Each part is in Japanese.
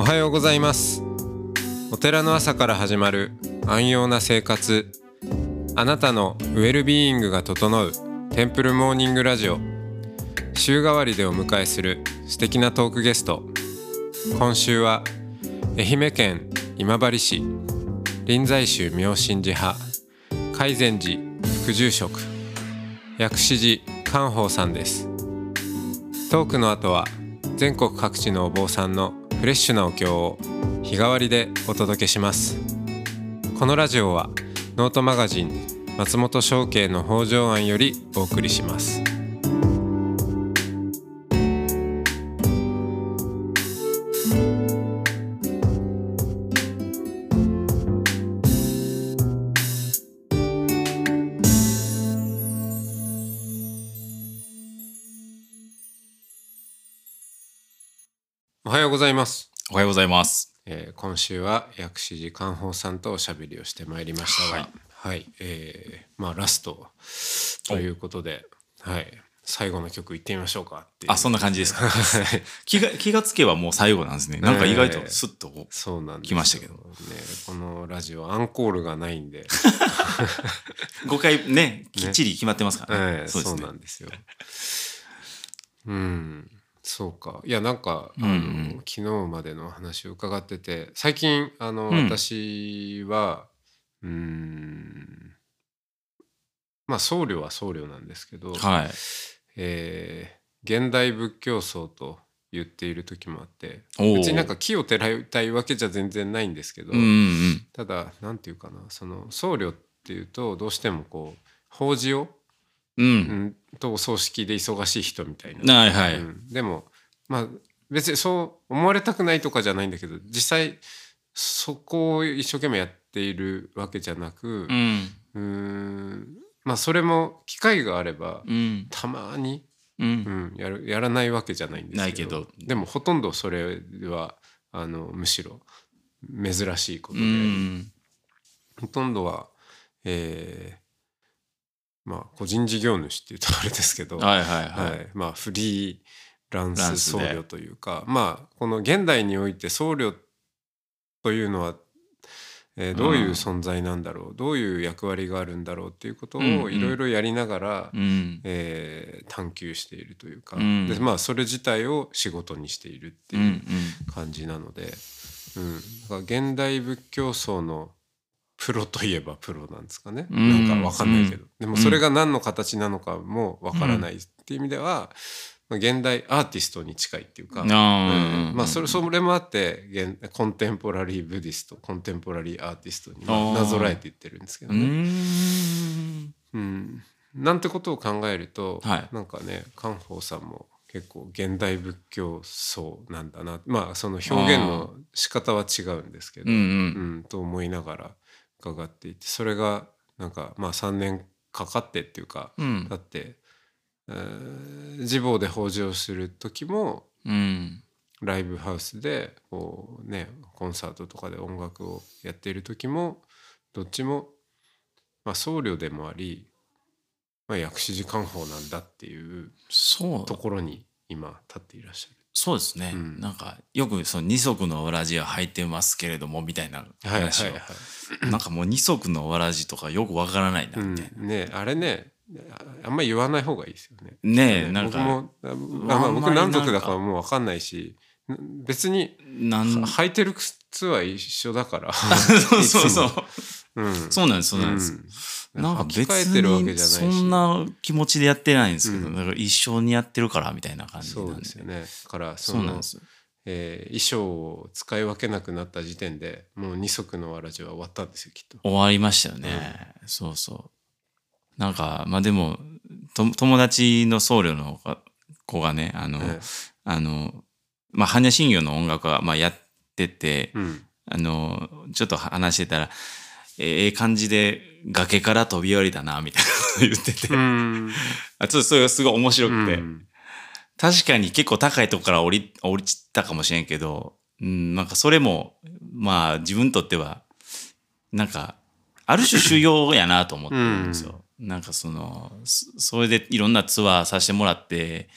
はようございます。お寺の朝から始まる安養な生活、あなたのウェルビーイングが整うテンプルモーニングラジオ。週替わりでお迎えする素敵なトークゲスト。今週は愛媛県今治市臨済宗妙心寺派海禅寺副住職薬師寺寛法さんです。トークの後は全国各地のお坊さんのフレッシュなお経を日替わりでお届けします。このラジオはノートマガジン松本商家の北条庵よりお送りします。おはようございます。 おはようございます。 今週は薬師寺寛法さんとおしゃべりをしてまいりましたが、はい、ラストということで、はい、最後の曲いってみましょうかっていう。 あ、そんな感じですか。気がつけばもう最後なんですね。なんか意外とスッと来ましたけど、 このラジオアンコールがないんで 5回ねきっちり決まってますからね。 そうなんですよ。そうか。いやなんか昨日までの話を伺ってて、最近私は僧侶は僧侶なんですけど、 はい、 現代仏教僧と言っている時もあって、別になんか木をてらいたいわけじゃ全然ないんですけど、ただなんていうかな、その僧侶っていうとどうしてもこう法事をとお葬式で忙しい人みたいな、でも別にそう思われたくないとかじゃないんだけど、実際そこを一生懸命やっているわけじゃなく、それも機会があれば、たまに、やらないわけじゃないんですけど、でもほとんどそれはむしろ珍しいことで、ほとんどは個人事業主っていうとあれですけど、フリーランス僧侶というか、この現代において僧侶というのは、どういう存在なんだろう、どういう役割があるんだろうっていうことをいろいろやりながら、探求しているというか、でそれ自体を仕事にしているっていう感じなので、だから現代仏教僧のプロといえばプロなんですかね。なんか分かんないけど、でもそれが何の形なのかも分からないっていう意味では、現代アーティストに近いっていうか、それもあってコンテンポラリーブディスト、コンテンポラリーアーティストになぞらえて言ってるんですけどね。なんてことを考えると、なんかね、寛法さんも結構現代仏教僧なんだな、その表現の仕方は違うんですけど、と思いながら伺っていて、それがなんか3年かかってっていうか、だって自坊で法事をする時も、ライブハウスでこうね、コンサートとかで音楽をやっている時も、どっちも僧侶でもあり、薬師寺寛法なんだっていうところに今立っていらっしゃる。 そうですね、なんかよくその二足のわらじは履いてますけれどもみたいな話を、なんかもう二足のわらじとかよくわからないなみたいな、 あれね、あんまり言わない方がいいですよね。 なんか僕何足だかもうわかんないし、別に履いてる靴は一緒だからそうなんです。なんか別にそんな気持ちでやってないんですけど、だから一緒にやってるからみたいな感じなんで。 そうですよね。だからその衣装を使い分けなくなった時点でもう二足のわらじは終わったんですよ、きっと。 終わりましたよね。そうそう。なんかでも友達の僧侶の子がね、般若心経の音楽はやってて、ちょっと話してたら、感じで崖から飛び降りたなみたいなこと言ってて、ちょっとそれがすごい面白くて、確かに結構高いとこから降りたかもしれんけど、なんかそれも自分にとってはなんかある種修行やなと思ってるんですよ。なんかそれでいろんなツアーさせてもらって、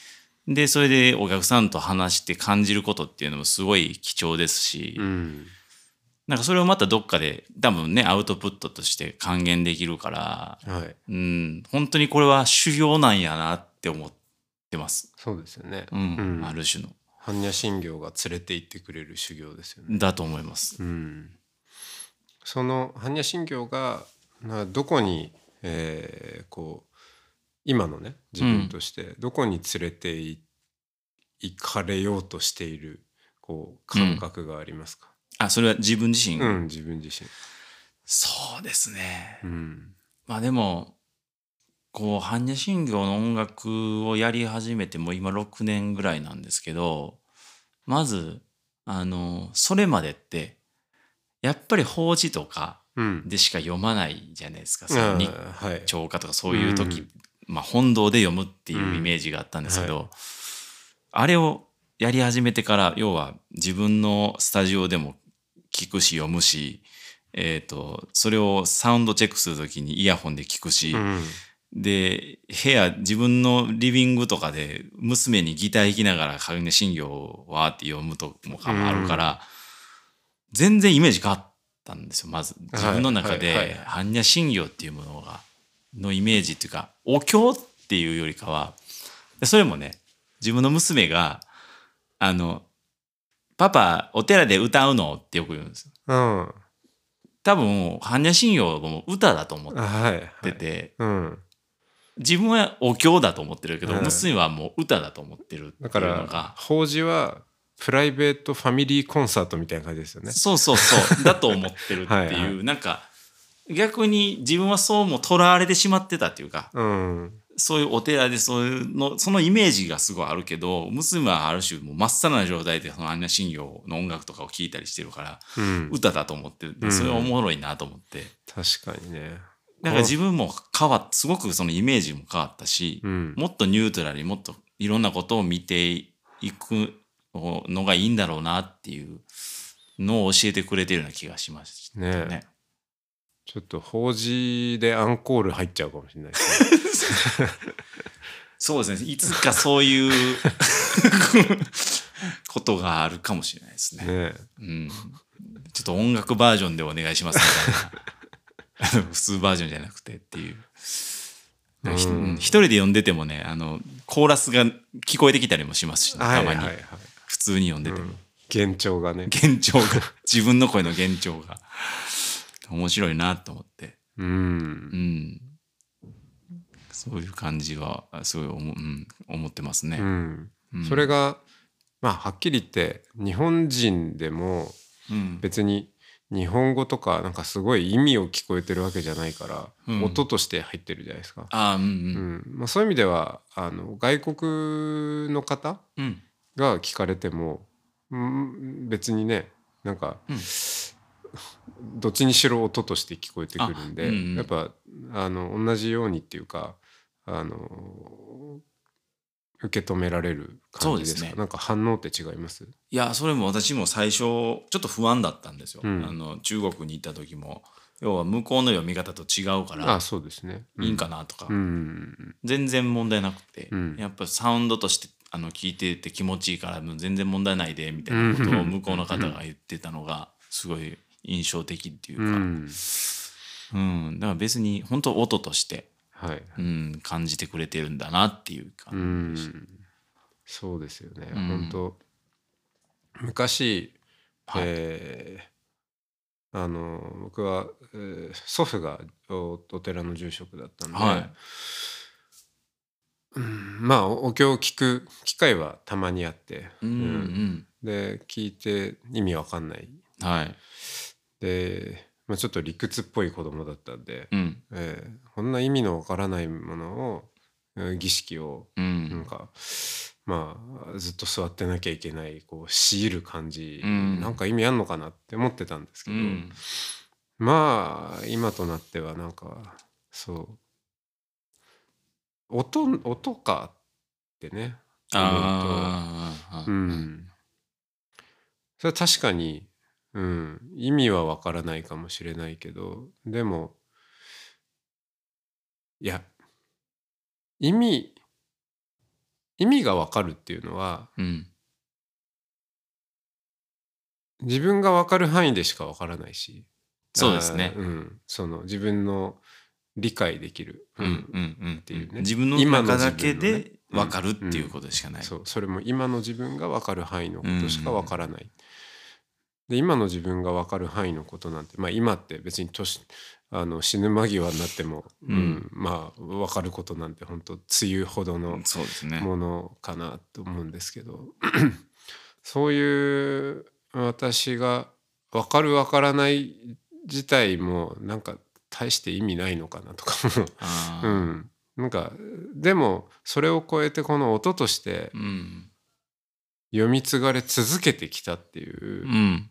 でそれでお客さんと話して感じることっていうのもすごい貴重ですし、なんかそれをまたどっかで多分ねアウトプットとして還元できるから、本当にこれは修行なんやなって思ってます。 そうですよね。 ある種の般若心経が連れて行ってくれる修行ですよね。 だと思います。 その般若心経がどこに、こう今のね自分としてどこに連れて行かれようとしているこう感覚がありますか？ それは自分自身？ 自分自身。 そうですね。まあでもこう般若心経の音楽をやり始めても今6年ぐらいなんですけど、まずそれまでってやっぱり法事とかでしか読まないじゃないですか。その日朝歌とかそういう時、本堂で読むっていうイメージがあったんですけど、あれをやり始めてから要は自分のスタジオでも聞くし読むし、それをサウンドチェックする時にイヤホンで聞くし、で自分のリビングとかで娘にギター弾きながら般若心経をわーって読むとかもあるから、全然イメージ変わったんですよ。まず自分の中で般若心経っていうもののイメージっていうか、お経っていうよりかは、それもね自分の娘がパパお寺で歌うのってよく言うんですよ。多分般若心経も歌だと思ってて、自分はお経だと思ってるけど、娘はもう歌だと思ってるっていうのが。 だから法事はプライベートファミリーコンサートみたいな感じですよね。 そうだと思ってるっていうなんか逆に自分はそうもとらわれてしまってたっていうか、そういうお寺でそのイメージがすごいあるけど、娘はある種もう真っさらな状態でその般若心経の音楽とかを聴いたりしてるから、歌だと思ってる。それはおもろいなと思って。 確かにね。 だから自分もすごくそのイメージも変わったし、もっとニュートラルにもっといろんなことを見ていくのがいいんだろうなっていうのを教えてくれてるような気がしましたね。 ちょっと法事でアンコール入っちゃうかもしれないですね。 そうですね。いつかそういうことがあるかもしれないですね。ちょっと音楽バージョンでお願いしますみたいな。普通バージョンじゃなくてっていう。一人で読んでてもね、コーラスが聞こえてきたりもしますし、ね、たまに、普通に読んでても。 幻聴がね。 幻聴が、自分の声の幻聴が。面白いなと思って。そういう感じは、すごい思ってますね。 それが、はっきり言って、日本人でも、別に、日本語とかなんかすごい意味を聞こえてるわけじゃないから、音として入ってるじゃないですか。そういう意味では外国の方が聞かれても、別にねなんか、どっちにしろ音として聞こえてくるんで、やっぱ同じようにっていうか受け止められる感じですか？なんか反応って違います？ いや、それも私も最初ちょっと不安だったんですよ。中国に行った時も要は向こうの読み方と違うからそうですね、 いいんかなとか、全然問題なくて、やっぱサウンドとして聞いてて気持ちいいからもう全然問題ないでみたいなことを向こうの方が言ってたのがすごい印象的っていうか、だから別に本当音として感じてくれてるんだなっていう感じでした。 そうですよね。本当昔、僕は、祖父がお寺の住職だったんで、お経を聞く機会はたまにあって、で聞いて意味わかんない。でちょっと理屈っぽい子供だったんで、こんな意味のわからないものを儀式をなんかずっと座ってなきゃいけないこう強いる感じ、なんか意味あんのかなって思ってたんですけど、今となってはなんかそう音かってね思うと、それは確かに意味はわからないかもしれないけど、でもいや意味意味が分かるっていうのは、自分が分かる範囲でしか分からないし、 そうですね。 その自分の理解できるっていうね。 自分の中だけで分かるっていうことしかない。 それも今の自分が分かる範囲のことしか分からない。で今の自分が分かる範囲のことなんて、まあ今って別に死ぬ間際になっても、まあ分かることなんて本当梅雨ほどのものかなと思うんですけど、そういう私が分かる分からない自体もなんか大して意味ないのかなとかもなんかでもそれを超えてこの音として読み継がれ続けてきたっていう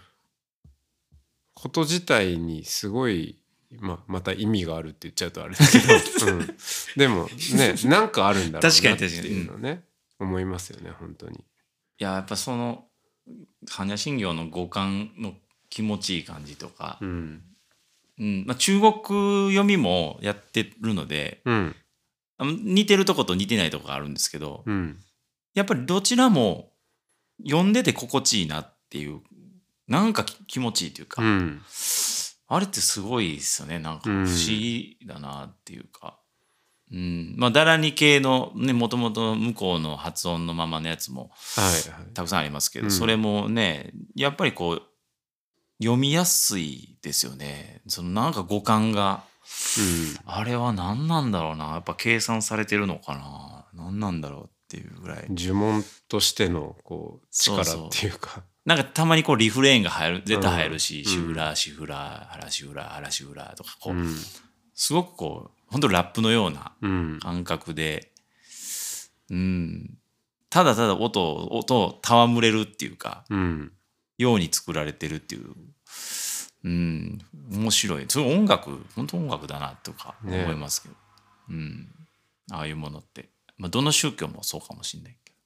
こと自体にすごい、また意味があるって言っちゃうとあれだけど、でもねなんかあるんだろうなっていうのね思いますよね本当に。 いややっぱその般若心経の五感の気持ちいい感じとか、中国読みもやってるので、似てるとこと似てないとこがあるんですけど、やっぱりどちらも読んでて心地いいなっていう、なんか気持ちいいというか、あれってすごいですよね。なんか不思議だなっていうか。ダラニ系のね、もともと向こうの発音のままのやつもたくさんありますけど、それもねやっぱりこう読みやすいですよね。そのなんか語感が、あれは何なんだろうな、やっぱ計算されてるのかな、何なんだろうっていうぐらい、 呪文としてのこう力っていうか、 なんかたまにこうリフレインが絶対入るし、シフラシフラハラシフラハラシフラとかこう、すごくこう本当ラップのような感覚で、ただただ音を戯れるっていうか、ように作られてるっていう、面白い。それ音楽、本当音楽だなとか思いますけど、ああいうものって、どの宗教もそうかもしれないけ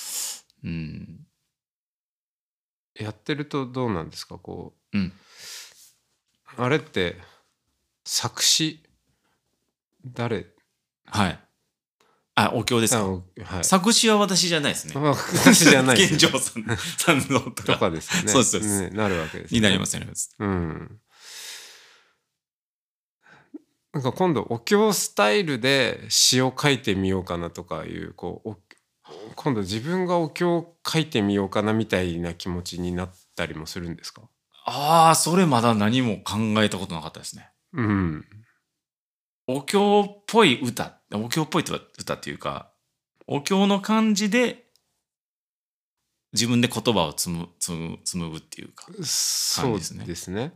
ど、やってるとどうなんですかこう、あれって作詞誰？ お経ですか？作詞は私じゃないですね。 私じゃないですね。玄奘さんのとかですよね。 そうです。 なるわけですね。 になります、なります。 なんか今度お経スタイルで詩を書いてみようかなとかいう今度自分がお経を書いてみようかなみたいな気持ちになったりもするんですか？ それまだ何も考えたことなかったですね。お経っぽい歌、お経っぽい歌っていうか、お経の感じで自分で言葉を紡ぐっていうか、 そうですね。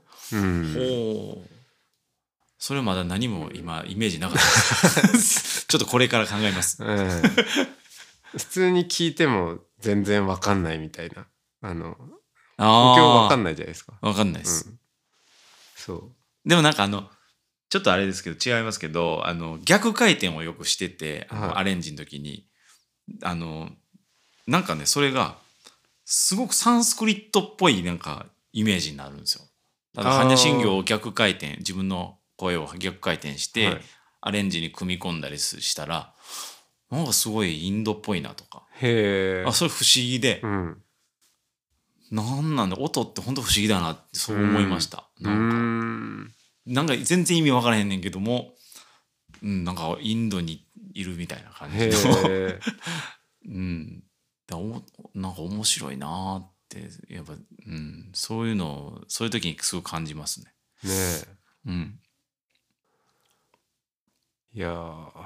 それまだ何も今イメージなかったです。ちょっとこれから考えます。 普通に聞いても全然わかんないみたいな。お経わかんないじゃないですか。 わかんないです。でもなんかちょっとあれですけど違いますけど、逆回転をよくしてて、アレンジの時になんかね、それがすごくサンスクリットっぽいなんかイメージになるんですよ。般若心経を逆回転、自分の声を逆回転して、アレンジに組み込んだりしたら、なんかすごいインドっぽいなとか。それ不思議で、なんだ音って本当不思議だなってそう思いました。なんか全然意味分からへんねんけども、なんかインドにいるみたいな感じのなんか面白いなってやっぱ、そういうのをそういう時にすごい感じますね。 いや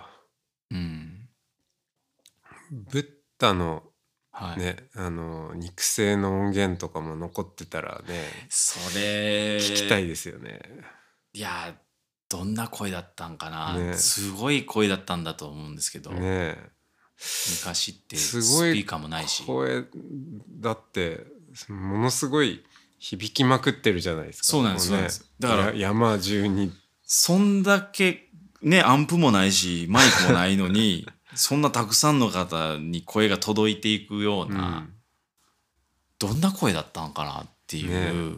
ブッダのね、肉声の音源とかも残ってたらね、 それ聞きたいですよね。 いやどんな声だったんかな、すごい声だったんだと思うんですけど、昔ってスピーカーもないし、 声だってものすごい響きまくってるじゃないですか。 そうなんです、そうなんです。 だから山中にそんだけね、アンプもないしマイクもないのにそんなたくさんの方に声が届いていくような、どんな声だったんかなっていう、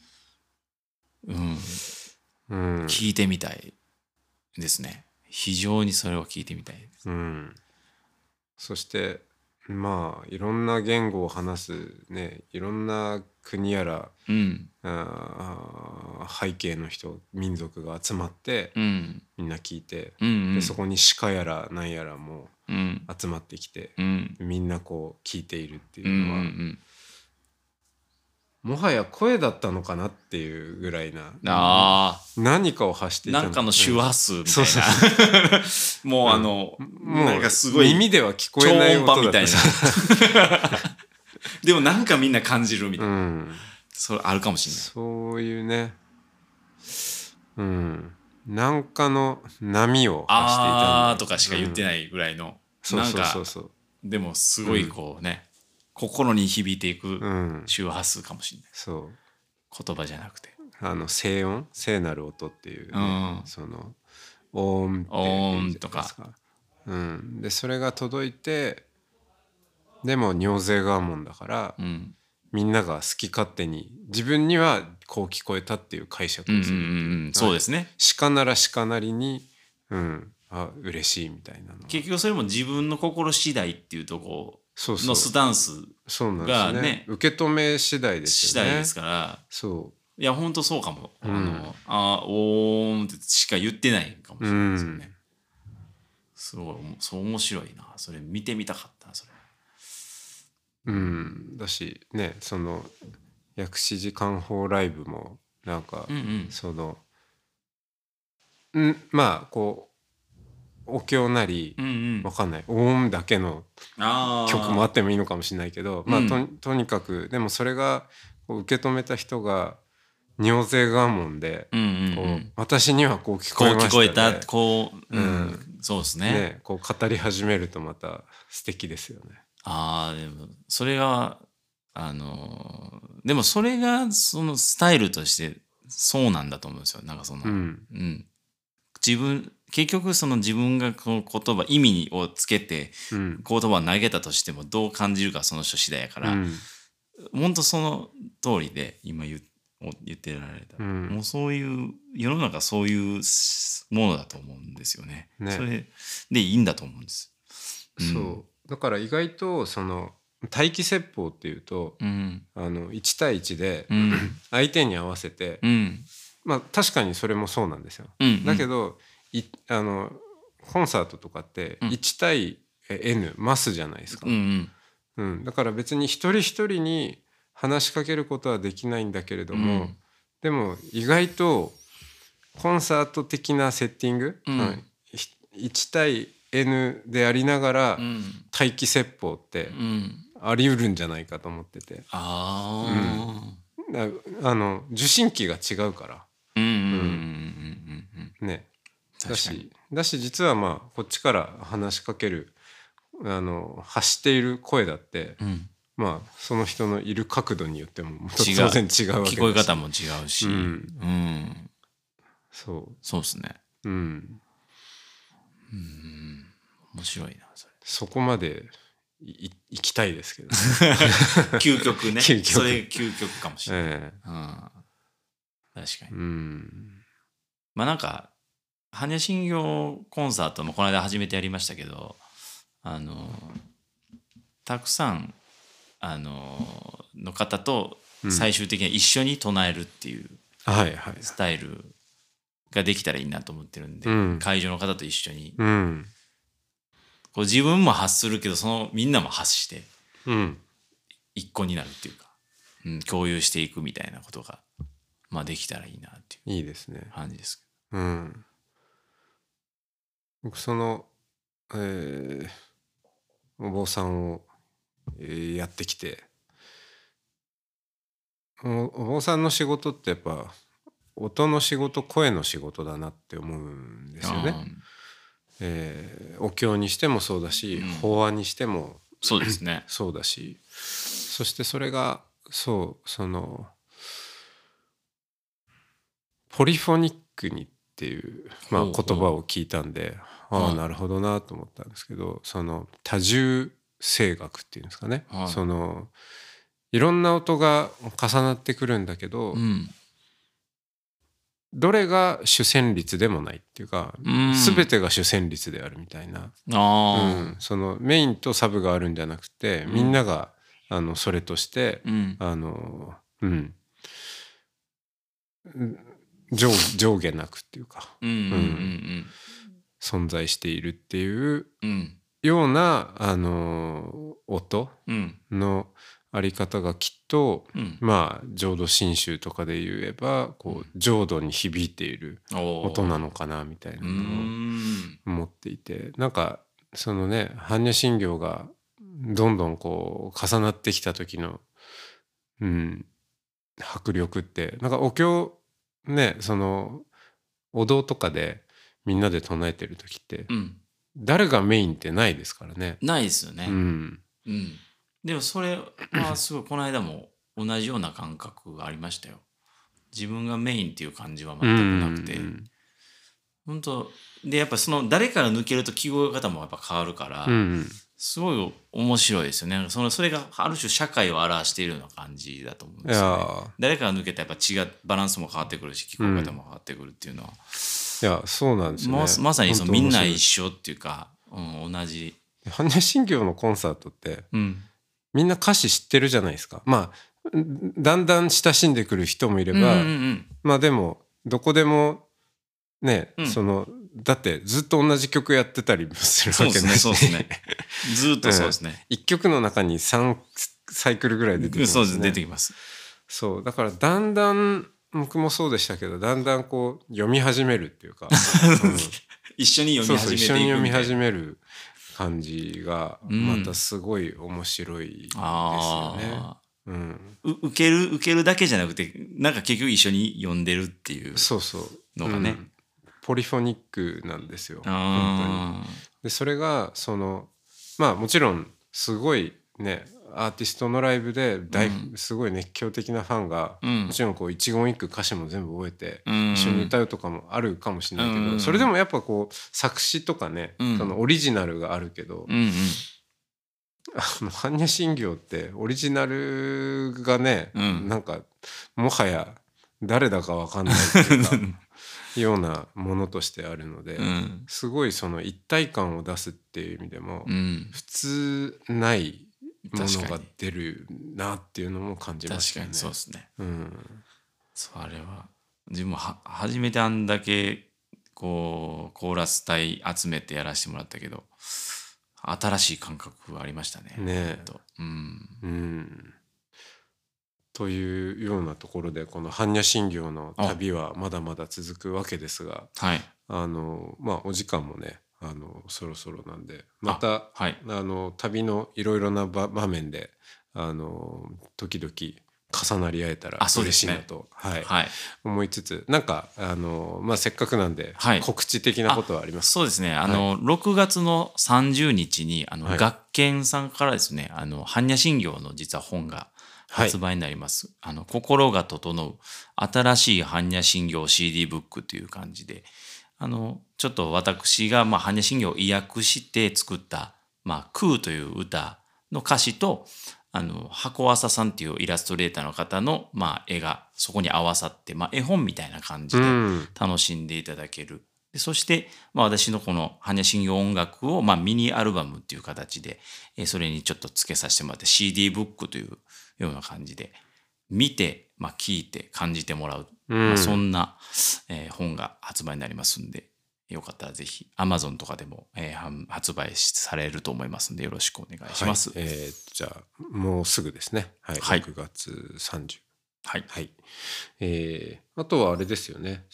聞いてみたいですね。非常にそれを聞いてみたいです。 そしてまあいろんな言語を話すね、いろんな国やら、背景の人、民族が集まって、みんな聞いて、でそこに鹿やらなんやらも集まってきて、みんなこう聞いているっていうのは、もはや声だったのかなっていうぐらいな、何かを発していたなんかの周波数みたいなもうなんかすごい耳では聞こえない音だったみたいなでもなんかみんな感じるみたいな、それあるかもしれない。 そういうね、なんかの波を発していたんだとかしか言ってないぐらいの、なんかでもすごいこうね、心に響いていく周波数かもしれない、 そう言葉じゃなくて静音、聖なる音っていう、ね、そのオーンって言うじゃないですか。でそれが届いて、でも尿税がもんだから、みんなが好き勝手に自分にはこう聞こえたっていう解釈をする。 そうですね。 鹿なら鹿なりに、嬉しいみたいなの。 結局それも自分の心次第っていうとこのスタンスがね、 受け止め次第ですよね。 次第ですから。 そう。 いや本当そうかも。おーんってしか言ってないかもしれないですよね。すごい、そう面白いな。それ見てみたかったなそれ。 だしね、その薬師寺観法ライブもなんか、そのまあこうお経なり、わかんない音だけの曲もあってもいいのかもしれないけど、まあとにかくでもそれがこう受け止めた人が尿税我門で、私にはこう聞こえましたね。 こう聞こえた、こう、そうですね。 こう語り始めるとまた素敵ですよね。 でもそれがでもそれがそのスタイルとしてそうなんだと思うんですよ。なんかその、結局その自分がこの言葉意味をつけて言葉を投げたとしてもどう感じるかその人次第やから、本当その通りで今言ってられた、もうそういう世の中そういうものだと思うんですよね。それでいいんだと思うんです。 そうだから意外とその待機説法っていうと、1対1で相手に合わせて、まあ確かにそれもそうなんですよ。だけどコンサートとかって1対 N マスじゃないですか。だから別に一人一人に話しかけることはできないんだけれども、でも意外とコンサート的なセッティング、1対 N でありながら待機説法ってあり得るんじゃないかと思ってて、受信機が違うからね。だし実はまあこっちから話しかける発している声だって、まあその人のいる角度によっても当然違うわけだし、 聞こえ方も違うし、そうですね。面白いなそれ。 そこまで行きたいですけど、ね、 究極ね。それ究極かもしれない。確かに。まあなんか般若心経コンサートもこの間初めてやりましたけど、たくさんの方と最終的には一緒に唱えるっていうスタイルができたらいいなと思ってるんで、会場の方と一緒に、こう自分も発するけどそのみんなも発して一個になるっていうか、共有していくみたいなことが、まあ、できたらいいなっていういいですね感じですけど、僕その、お坊さんを、やってきて、お坊さんの仕事ってやっぱ音の仕事、声の仕事だなって思うんですよね。お経にしてもそうだし、法話にしてもそうですねそうだし、そしてそれがそのポリフォニックにっていう、まあ、言葉を聞いたんで、なるほどなと思ったんですけど、その多重声楽っていうんですかね、そのいろんな音が重なってくるんだけど、 どれが主旋律でもないっていうか、全てが主旋律であるみたいな、そのメインとサブがあるんじゃなくて、みんながそれとして、上下なくっていうか、存在しているっていうような音のあり方がきっと、まあ浄土真宗とかで言えばこう浄土に響いている音なのかなみたいなのを思っていて、なんかそのね般若心経がどんどんこう重なってきた時の迫力ってなんかお経ね、そのお堂とかでみんなで唱えてる時って、誰がメインってないですからね。 ないですよね。でもそれはすごいこの間も同じような感覚がありましたよ。自分がメインっていう感じは全くなくて、本当でやっぱその誰から抜けると記号方もやっぱ変わるから、すごい面白いですよね。それがある種社会を表しているような感じだと思うんですよね。誰かが抜けたらやっぱバランスも変わってくるし、記号方も変わってくるっていうのは、 いやそうなんですよね。 まさにみんな一緒っていうか、同じ。 般若心経のコンサートって、みんな歌詞知ってるじゃないですか。まあだんだん親しんでくる人もいれば、まあでもどこでもね、だってずっと同じ曲やってたりもするわけですね。 そうですね。ずっとそうですね。 一曲の中に3サイクルぐらい出てきますね。 そうです、出てきます。 そうだからだんだん僕もそうでしたけど、だんだんこう読み始めるっていうか、 一緒に読み始めていくみたいな。 一緒に読み始める感じがまたすごい面白いですよね。 受けるだけじゃなくて、なんか結局一緒に読んでるっていうのがね、 ポリフォニックなんですよ本当に。でそれがまあもちろんすごいねアーティストのライブですごい熱狂的なファンが、もちろんこう一言一句歌詞も全部覚えて一緒に歌うとかもあるかもしれないけど、それでもやっぱこう作詞とかね、そのオリジナルがあるけど、般若心経ってオリジナルがね、なんかもはや誰だか分かんないっていうかようなものとしてあるので、すごいその一体感を出すっていう意味でも、普通ないものが出るなっていうのも感じましたね。 確かにそうですね。そうあれは自分も初めてあんだけこうコーラス隊集めてやらせてもらったけど、新しい感覚はありましたね。 というようなところでこの般若心経の旅はまだまだ続くわけですが、まあお時間もねそろそろなんで、また旅のいろいろな場面で時々重なり合えたら嬉しいなと思いつつ、なんかまあせっかくなんで告知的なことはありますか？ そうですね。6月の30日に学研さんからですね、般若心経の実は本が発売になります。心が整う新しい般若心経 CD ブックという感じで、ちょっと私が般若心経を意訳して作った空という歌の歌詞と箱浅さんっていうイラストレーターの方の絵がそこに合わさって、絵本みたいな感じで楽しんでいただける。でそして私のこの般若心経音楽をミニアルバムっていう形でそれにちょっと付けさせてもらって CD ブックというような感じで見て聞いて感じてもらう、そんな本が発売になりますんで、よかったらぜひ Amazon とかでも発売されると思いますんでよろしくお願いします。 じゃあもうすぐですね。6月30。あとはあれですよね。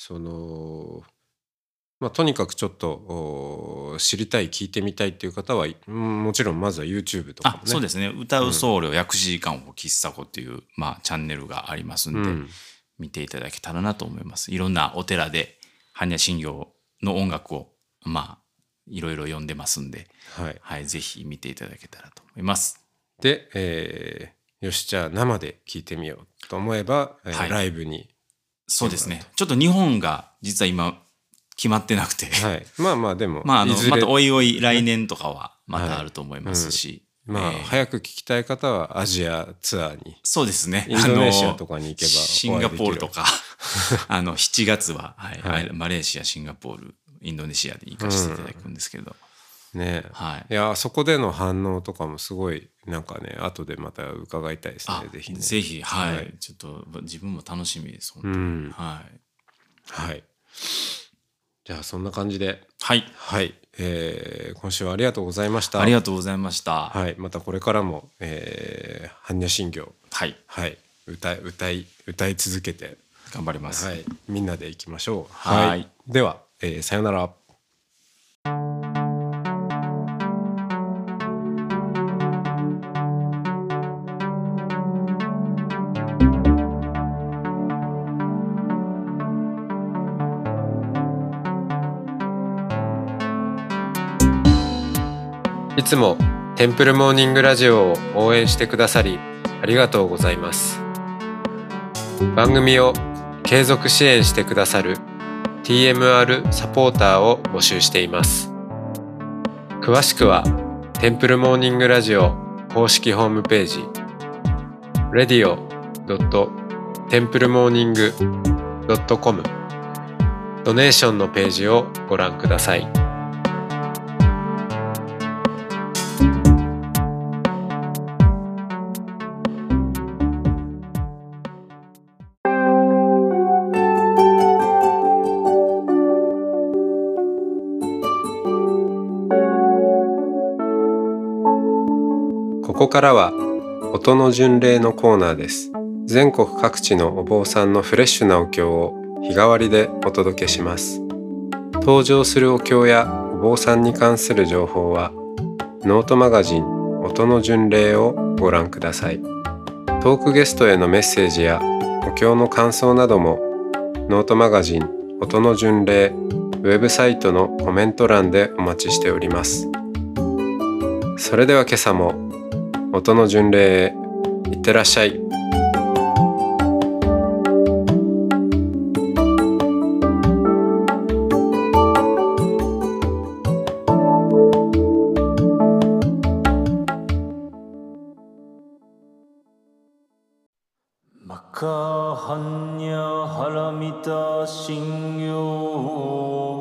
とにかくちょっと知りたい聞いてみたいっていう方はもちろんまずは YouTube とかもね。 そうですね。歌う僧侶薬師寺観法喫茶子っていうチャンネルがありますんで、見ていただけたらなと思います。いろんなお寺で般若心経の音楽をいろいろ読んでますんで、ぜひ見ていただけたらと思います。 で、よしじゃあ生で聞いてみようと思えば、ライブに。 そうですね。ちょっと日本が実は今決まってなくて、 まあでもまたおいおい来年とかはまたあると思いますし、 まあ、早く聞きたい方はアジアツアーに。 そうですね。 インドネシアとかに行けばシンガポールとか、7月は、マレーシア、シンガポール、インドネシアで行かせていただくんですけど。 ね、いや、そこでの反応とかもすごい、なんかね、後でまた伺いたいですね、ぜひね。 ぜひ、ちょっと自分も楽しみです、本当に。はい。 じゃあ、そんな感じで。 はい。 今週はありがとうございました。 ありがとうございました。 またこれからも、般若心経、歌い続けて頑張ります。 みんなでいきましょう。では、さよなら。いつもテンプルモーニングラジオを応援してくださりありがとうございます。番組を継続支援してくださる TMR サポーターを募集しています。詳しくはテンプルモーニングラジオ公式ホームページ radio.templemorning.com ドネーションのページをご覧ください。ここからは音の巡礼のコーナーです。全国各地のお坊さんのフレッシュなお経を日替わりでお届けします。登場するお経やお坊さんに関する情報はノートマガジン音の巡礼をご覧ください。トークゲストへのメッセージやお経の感想などもノートマガジン音の巡礼ウェブサイトのコメント欄でお待ちしております。それでは今朝も音の巡礼へいってらっしゃい。 マカハンニャハラミタ信用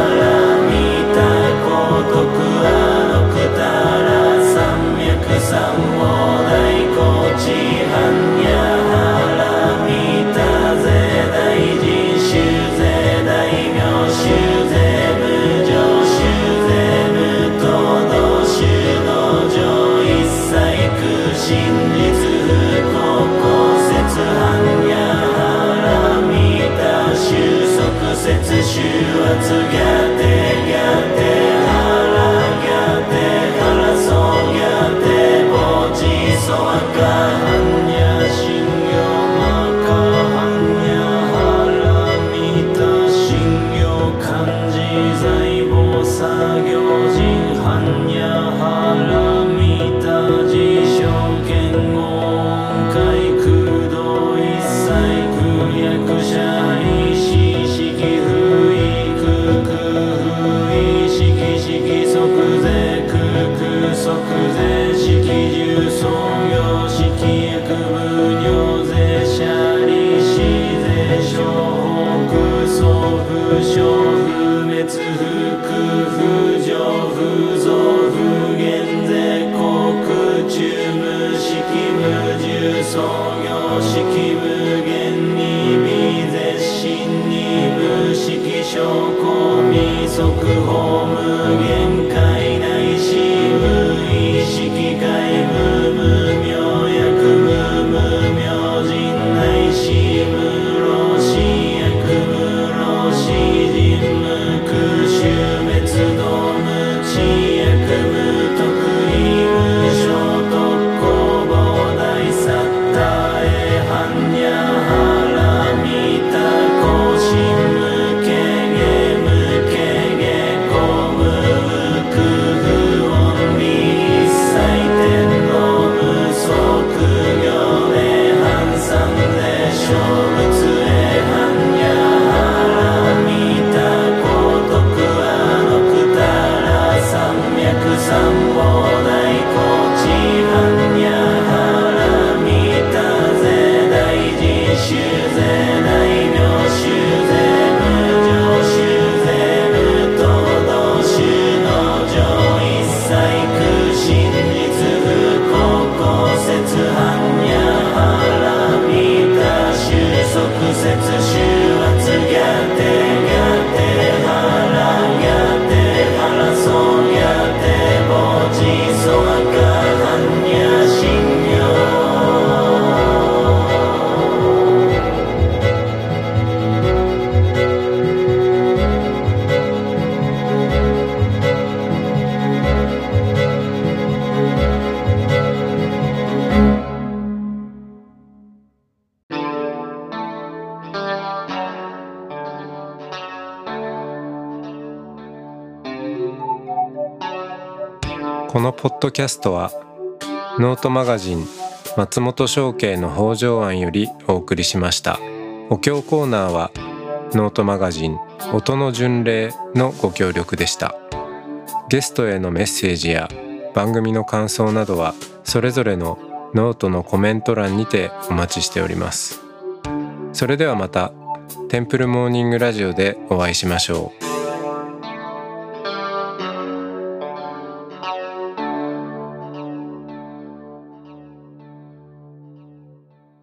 さ法無限界内し無意識界無無明薬無無明人内し無老死薬無老死人無空襲滅動無知薬無得意無所得公膨大サッタエハンニャハラミタコシン無形ゲ無形ゲコ無空不音理一切天皇無足行で半三で小仏へハンニャハラミタ高徳アノクタラ山脈三宝大高知ハンニャハラミタ税大人衆税大名衆税無常衆税無東道衆の上一切空真実不公公説ハンニャハラミタ収束説収圧ギャテギャテハラギャテハラソギャテボジソアカハンニャ信用このポッドキャストはノートマガジン松本商家の北条庵よりお送りしました。お経コーナーはノートマガジン音の巡礼のご協力でした。ゲストへのメッセージや番組の感想などはそれぞれのノートのコメント欄にてお待ちしております。それではまたテンプルモーニングラジオでお会いしましょう。